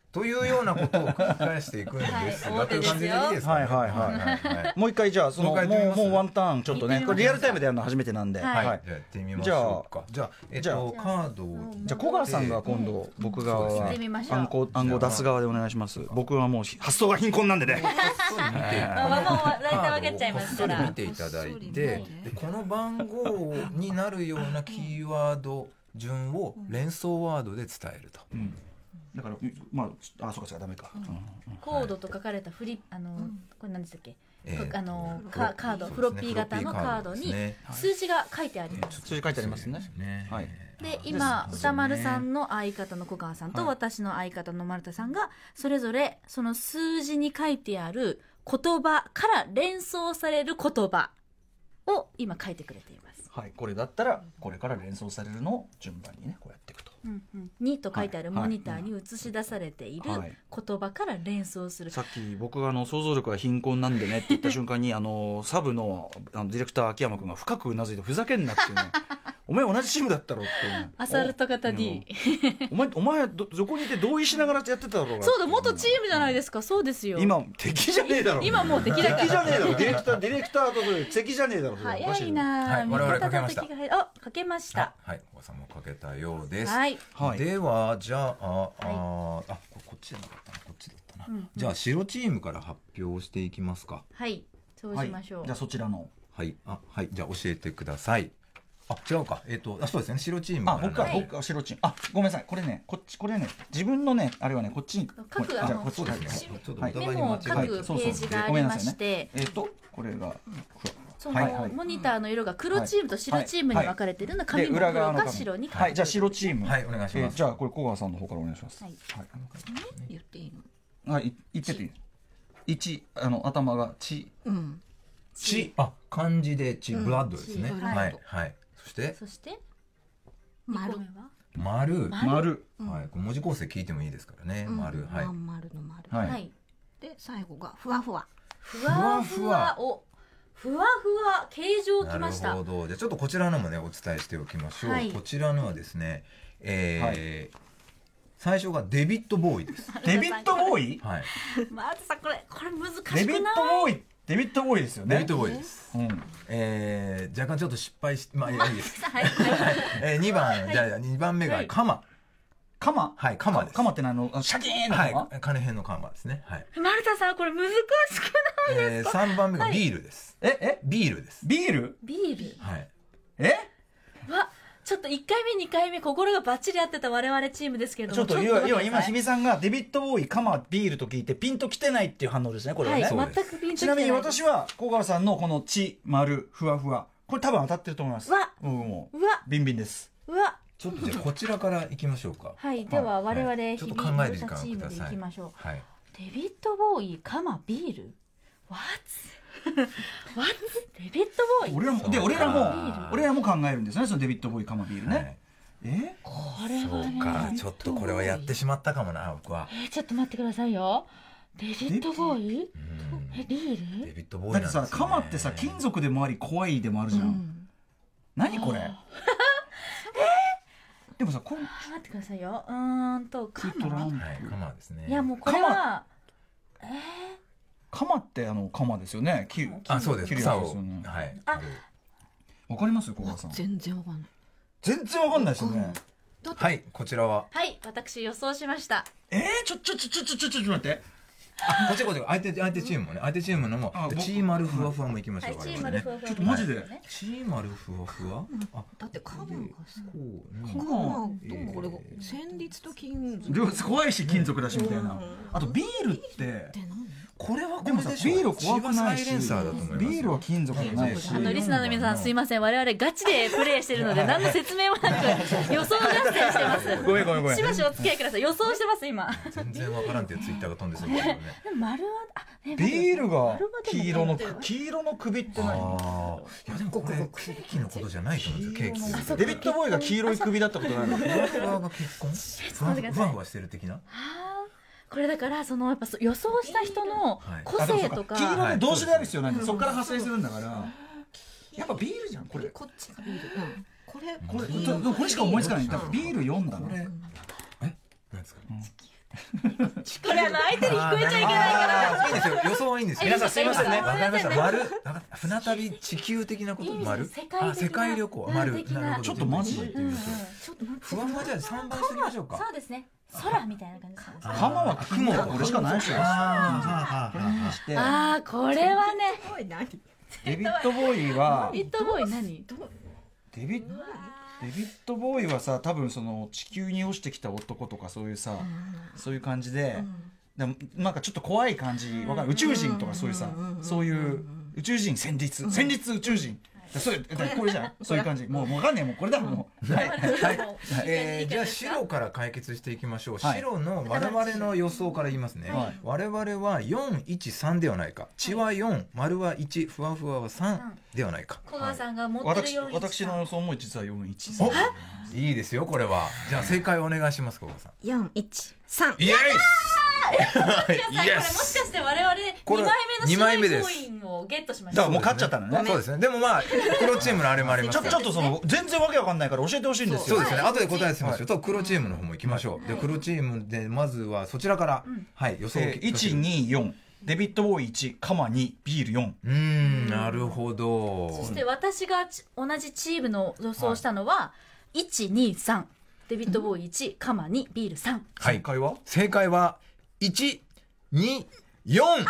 というようなことを繰り返していくんですが、という感じでいいですかね。 はいはいはいもう一回じゃあそのもうもうワンターンちょっとね、これリアルタイムでやるの初めてなんで、 はいはい、 じゃあやってみましょうか。じゃあえっとカードをじゃあ小川さんが今度僕側は行ってみましょう。 暗号暗号出す側でお願いします。僕はもう発想が貧困なんでね。 まあもう大体分かっちゃいますから。 見ていただいて、でこの番号になるようなキーワード順を連想ワードで伝えると。 うんだからまああそうかそうかダメか、うんうん、 コードと書かれたフリあの、うん、これ何でしたっけ、 えー、 あのカードフロッピー型のカードに数字が書いてあります。 数字書いてありますね。はい。 で今歌丸さんの相方の小川さんと私の相方の丸田さんがそれぞれその数字に書いてある言葉から連想される言葉を今書いてくれています。 はい、これだったらこれから連想されるのを順番にねこうやっていくと。 うんうん、にと書いてあるモニターに映し出されている言葉から連想する、 はいはい、さっき僕があの想像力が貧困なんでねって言った瞬間にあのサブのあのディレクター秋山君が深くうなずいてふざけんなっていうねお前同じチームだったろっていう、ね、 アサルト型 D お前お前どそこにいて同意しながらやってただろうが。 そうだ元チームじゃないですか。そうですよ。 今敵じゃねえだろ今もう敵だから敵じゃねえだろディレクターディレクターと敵じゃねえだろ。 早いな、 はい、我々かけました。 あかけました。 はい、小川さんもかけたようです。 はい、 ではじゃああ、はい、あこっちじゃなかったなこっちだったな、うんうん、じゃあ白チームから発表していきますか。 はいそうしましょう、 はい、じゃあそちらのはいあはいじゃあ教えてください。あ違うかえっ、ー、とあそうですね白チームから、 ね、あ僕は僕は白チームあごめんなさいこれねこっちこれね自分のねあれはねこっちに各じゃあこっちですねちょっとお互いにメモを書くページがありまして、 えっとこれがそのモニターの色が黒チームと白チームに分かれてるの紙も黒か白に書いてる。 はいじゃあ白チームはいお願いします。 じゃあこれ小川さんの方からお願いします。 はい言っていいの。 はい言ってていい。一あの頭が血うん血あ漢字で血ブラッドですね。はいはいそしてそして丸丸丸はいこれ文字構成聞いてもいいですからね。丸はいまん丸の丸はいで最後がふわふわふわふわおふわふわ形状きました。 なるほど。じゃあちょっとこちらのもねお伝えしておきましょう、はい、こちらのはですね、えーはい、最初がデビッド・ボーイです。 デビッド・ボーイはいまずさこれこれ難しくない？ デビッド・ボーイデビッド・ボーイですよね。 デビッド・ボーイです、うんえー、若干ちょっと失敗しまあいいですはい、えー、にばん、はい、じゃあにばんめがカマ、はいカマはいカマです。 カマって何のシャキーンのカマ、 はい、金編のカマですね。はい。 丸田さんこれ難しくないですか？ えー、さんばんめがビールです。 はい、ええビールです。 ビールビールはいえわちょっといっかいめにかいめ心がバッチリ合ってた我々チームですけれどもちょっと今今日比さんがデビッド・ボーイカマビールと聞いてピンときてないっていう反応ですねこれはね、 はい、全くピンときてない。 ちなみに私は小川さんのこの血丸ふわふわこれ多分当たってると思います。 うわ僕もうわビンビンです。 うわちょっとじゃあこちらからいきましょうか。 はいでは我々日ちょっと考 々 える時間をチームでいください。 きましょう。 はい。 デビッド・ボーイカマビール What? What? デビッド・ボーイ俺らもで俺らも俺らも考えるんですねそのデビッド・ボーイカマビールね、はい、えこれはねそうかちょっとこれはやってしまったかもな僕は。 えー、ちょっと待ってくださいよ。デビッド・ボーイえビールデビッド・ボーイだってさカマってさ金属でもあり怖いでもあるじゃん、うん、何これでもさこれ待ってくださいようーんとカマはいカマですね。 いやもうこれはえー、 カマってあのカマですよね。木あそうです草をはいあわかります小川さん。 全然わかんない全然わかんないですよね、 うん、 はいこちらははい私予想しました。 えー、ちょちょちょちょちょちょちょちょ待ってあこっちこっち相手相手チームもね相手チームのもチーマルふわふわもいきましょう。 はい、チーマルふわふわちょっとマジでチーマルふわふわあだってカマがさこうカマとこれ旋律と金属怖いし金属だしみたいな。あとビールってこれはでもさビール怖くないしビールは金属じゃないしあのリスナーの皆さんすいません我々ガチでプレイしてるので何の説明もなく予想合戦してます。 ごめんごめんごめんしばしお付き合いください。予想してます今。 全然わからんっていうツイッターが飛んでそうですけどね。 でも丸はあビールが黄色の黄色の首って何？ いやでもこれケーキのことじゃないと思うんですよ。ケーキデビッド・ボーイが黄色い首だったことないの？ ふわふわが結婚ふわふわしてる的な。 これだからそのやっぱ予想した人の個性とか、 黄色で動詞である必要ないんでそこから派生するんだからやっぱビールじゃんこれ。 こっちがビール、うん、これこれこれしか思いつかない。だからビールよんだな。 え何ですか？ りあの相手に聞こえちゃいけないからあーいいんですよ、予想はいいんですよ。 皆さんすいませんねわかりました。丸、船旅地球的なこと丸。 世界的なあ、世界旅行丸。 的ななるほど。 ちょっとマジちょっと待ってちょっと待ってふわふわじゃあさんばんしていきましょうか。 そうですね空みたいな感じですね浜は雲がこれしかないですよ。 あこれにしてああこれはねすごい何デビッド・ボーイはビットボーイ何デビッデビッド・ボーイはさ多分その地球に落ちてきた男とかそういうさそういう感じで、でもなんかちょっと怖い感じわかる宇宙人とかそういうさそういう宇宙人戦慄戦慄宇宙人そういうこれじゃんそういう感じもうわかんねえもうこれだもうはいはいえー、じゃあ白から解決していきましょう。 はい白の我々の予想から言いますね。 はい我々はよんいちさんではないか。血はよん、丸はいち、ふわふわはさんではないか。 小川さんが持ってる私ように私の予想も実はよんいちさんお、いいですよこれは。じゃあ正解お願いします小川さん。 よんいちさんイエーイこれもしかして我々 これにまいめのにまいめです白いコインをゲットしましただからもう勝っちゃったのねそうですね。でもまあ黒チームのあれもありますからちょちょっとその全然わけわかんないから教えてほしいんですよそうですね。後で答えしましょう。と黒チームの方も行きましょう。で黒チームでまずはそちらからはい予想をえーいちによんデビッド・ボーイいちカマにビールよんうーんなるほど。 そして私がち同じチームの予想したのはいちにさんデビッドボーイいちカマにビールさんはい正解は正解はいちによん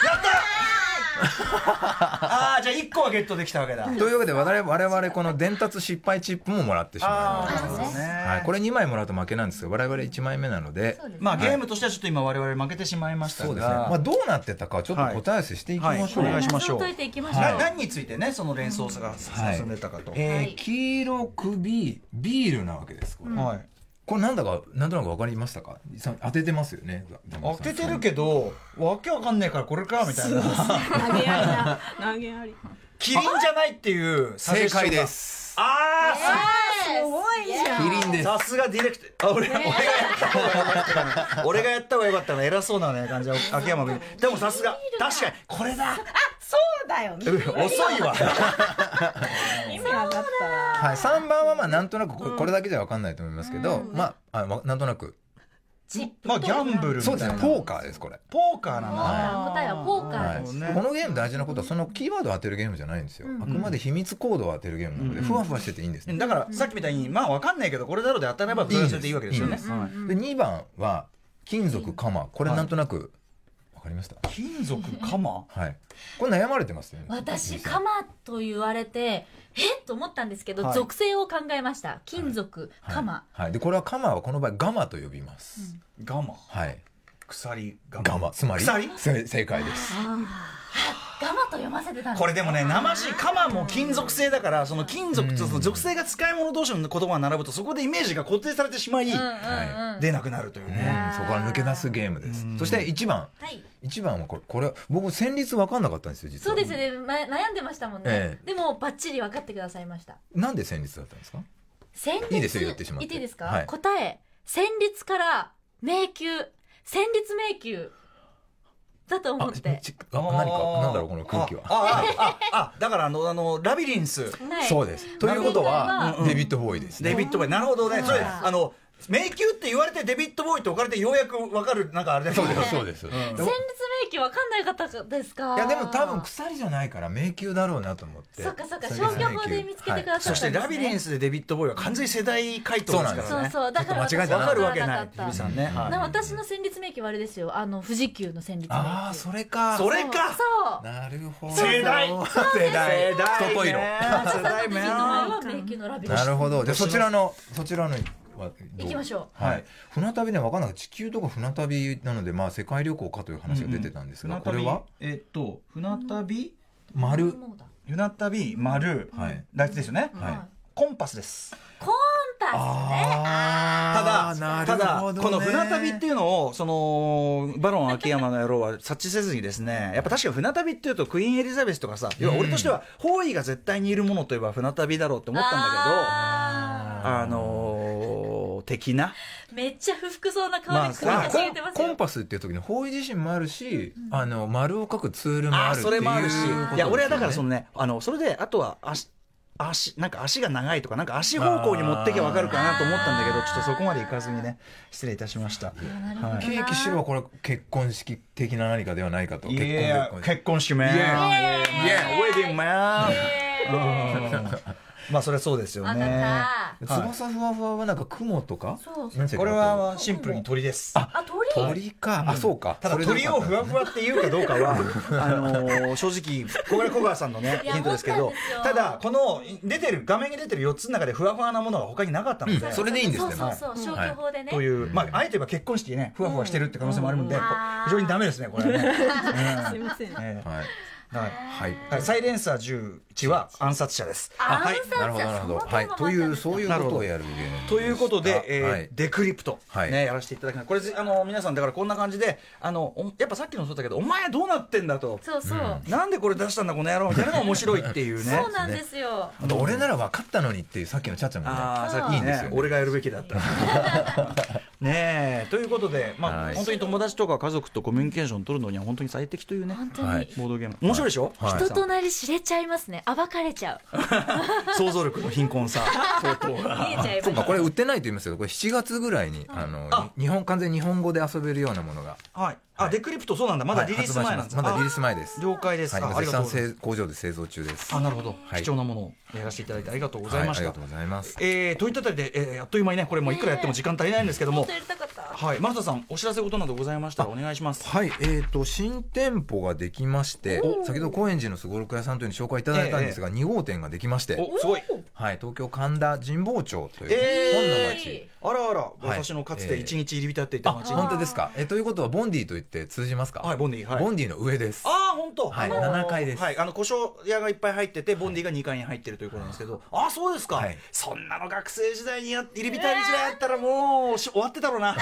ああじゃあいっこはゲットできたわけだというわけで我々我々この伝達失敗チップももらってしまいます。 ああねはい、これにまいもらうと負けなんですが我々いちまいめなのでそうですねまあゲームとしてはちょっと今我々負けてしまいましたそうですね、まあ、 がどうなってたかちょっと答え合わせしていきましょう、 はいはいお願いしましょう謎を解いていきましょう、 な何についてねその連想がはい進んでたかとえーはい黄色首ビールなわけですこれ、 はいこれなんだかなんとなく分かりましたか。さ当ててますよね。 当ててるけどわけわかんねえからこれかみたいな投げやりな投げやりキリンじゃないっていう正解ですす。 あすごいじゃんキリンです。 さすがディレクターあ俺俺がやった方がよかったな俺がやった方がよかったな偉そうなね感じは秋山君でもさすが確かにこれだそうだよね遅いわ今分かったわはい、さんばんはまあなんとなくこれこれだけじゃ分かんないと思いますけど、まああのなんとなくチップまあギャンブルみたそいうなですねポーカーですこれ。 ポーカーなんだあー答えはポーカはいーです、 ねこのゲーム大事なことはそのキーワードを当てるゲームじゃないんですよ、あくまで秘密コードを当てるゲームなので、 うんふわふわしてていいんですね、 だからさっきみたいにまあわかんないけどこれだろうで当たればそれはそれでいいわけですよねいいですはいでにばんは金属鎌これなんとなく分かりました。 金属鎌はい、これ悩まれてますよね。 私カマと言われてえっと思ったんですけど、 はい属性を考えました金属、 はいカマ、 はい、でこれは鎌はこの場合ガマと呼びます、 ガマはい鎖ガガマつまり鎖せ正解です。 ガマと読ませてたんですこれでもね生しカマも金属製だからその金属とその属性が使い物同士の言葉が並ぶとそこでイメージが固定されてしまいうんうんうん、 は出なくなるといううんねそこから抜け出すゲームです。そしていちばんはいいちばんはこれこれ僕旋律分かんなかったんですよ実は。 そうですね、ま、悩んでましたもんね、 ええでもバッチリ分かってくださいましたなんで旋律だったんですか。 旋律いいですよ言ってしまって言っていいですか、 はい答え旋律から迷宮旋律迷宮だと思あってちあ何かなんだろうこの空気は。 ああああだからあのあのラビリンスはいそうです。ということはうんうんデビッド・ボーイですね。 デビッドボーイなるほどねそれあーあの迷宮って言われてデビッドボーイって置かれてようやく分かるなんかあれだけどそうですそうです。 んでも旋律迷宮分かんない方ですか。 いやでも多分鎖じゃないから迷宮だろうなと思って。 そっかそっか鎖消去法で見つけてくださそしてラビリンススでデビッドボーイは完全に世代回答ですからそうねそうだからちょっと間違えたな分かるわけない分から日比さんねはいな私の旋律迷宮はあれですよあの富士急の旋律迷宮ああそれか。 それかそうなるほど。 世代世代。ストトイロ。 世代富士の前は迷宮のラビリンスなるほど。じゃあそちらのそちらのはどう行きましょうはい。船旅ね分かんない地球とか船旅なのでまあ世界旅行かという話が出てたんですが、これはえっと船旅丸。 もうだ船旅丸はい大事ですよねはい。 コンパスですコンパスねあーただなただるほどねこの船旅っていうのをそのバロン秋山の野郎は察知せずにですねやっぱ確かに船旅っていうとクイーンエリザベスとかさ要は俺としては方位が絶対にいるものといえば船旅だろうって思ったんだけどああのー的なーめっちゃ不服そうな顔まあで首かしげてますよコンパスっていう時に方位自身もあるし、あの丸を書くツールもああるっていうそれもあるしことですよねいや俺はだからそのねあのそれであとはあし足なんか足が長いとかなんか足方向に持ってけば分かるかなと思ったんだけどちょっとそこまでいかずにね失礼いたしました。はい、 ケーキ白はこれ結婚式的な何かではないかと。 結婚結婚式め。イエーイウェディングマン。まあそれはそうですよね。 翼ふわふわはなんか雲とか。 これはシンプルに鳥です。 あ、鳥。鳥か。あ、そうか。 ただ鳥をふわふわって言うかどうかはあの正直これ小川さんのねヒントですけど、ただこの出てる画面に出てるよっつの中でふわふわなものは他になかったので、 それでいいんですね。 そうそう消去法でね。 というまああえて言えば結婚式ねふわふわしてるって可能性もあるので非常にダメですねこれね。 すみません。はい。 はいはい、サイレンサーじゅういちは暗殺者です。 あ、はい、 なるほどなるほど。はい、というそういうことをやるゲームということで、えーはい、デクリプト、はい、ねやらせていただきます。これあの皆さんだからこんな感じであのやっぱさっきのそうだけどお前どうなってんだと、 そうそう、うん、 なんでこれ出したんだこの野郎みたいなのが面白いっていうね。 そうなんですよ。 あと俺なら分かったのにっていうさっきのちゃっちゃんもね、 あさっきいいんですよ、ね、俺がやるべきだった。ねえということで、まあはい、本当に友達とか家族とコミュニケーション取るのには本当に最適というね本当に、 はい、ボードゲーム面白いでしょ、 はい、人となり知れちゃいますね。暴かれちゃう。 想像力の貧困さ相当がそうかこれ売ってないと言いますけどこれしちがつぐらいに、うん、あのあ日本完全に日本語で遊べるようなものがはいあ、はい、デクリプトそうなんだまだリリース前なんです、 はい、まだリリース前です。 了解です。 はい、あ絶賛工場で製造中です。 あなるほど、はい、貴重なものをやらせていただいてありがとうございました、 はい、ありがとうございます。 えー、といったあたりで、えー、あっという間にねこれもいくらやっても時間足りないんですけども、 えー、やりたかった。 はい、マルタさんお知らせ事などございましたらお願いします。 はい、えーと新店舗ができまして先ほど高円寺のすごろく屋さんというのを紹介いただいたんですが、えー、に号店ができましておすごい、 はい、東京神田神保町という、 えー、 本の町、 あらあら、はい、私のかつて一日入り浸っていた町、 えー、本当ですか。えということはボンディと言って通じますか。 はいボンディ、はい、 ボンディの上です。 ああ本当、 はい、あのー、ななかいです。 はい、あの古書屋がいっぱい入っててボンディがにかいに入ってるということなんですけど、ああそうですか、はい、そんなの学生時代にや入り浸り時代やったらもう終わってたろうな。 なか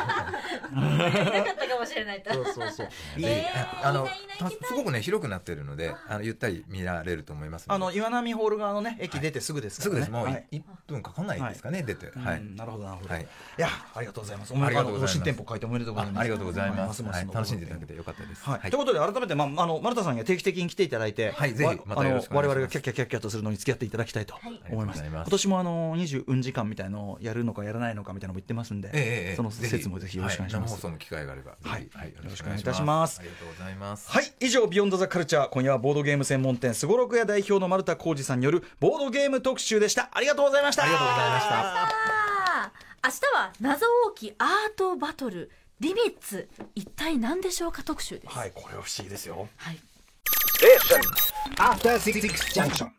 ったかもしれないと。 そうそうそう。 えー、あのすごくね広くなってるのであのゆったり見られると思いますので。 あの岩波ホール側のね駅出てすぐですからね。 すぐです。もう、はい、いっぷんかかんないですかね、はい、出て、 はい、なるほどなるほど、はい、いやありがとうございます。 ありがとうございます。 新店舗開店おめでとうございます。 ありがとうございます。 ますますはい、楽しんでいただけてよかったです。 はいはい、ということで改めて、まあ、あの丸田さんには定期的に来ていただいて、 はい、ぜひまたよろしくお願いします。 我々がキャッキャキャッキャとするのに付き合っていただきたいと思います。はい、今年もあのにじゅうよじかんみたいのをやるのかやらないのかみたいなのも言ってますんで、えー、その説もぜひよろしくお願いします。 はい、生放送の機会があれば、 はい、 はい、よろしくお願いいたします。 ありがとうございます。 はい、以上ビヨンドザカルチャー、今夜はボードゲーム専門店すごろく屋代表の丸田浩二さんによるボードゲーム特集でした。ありがとうございました。 ありがとうございました。 明日は謎多きアートバトルリミッツ一体何でしょうか特集です。 はい、これは不思議ですよ。 はい。 After Six Junction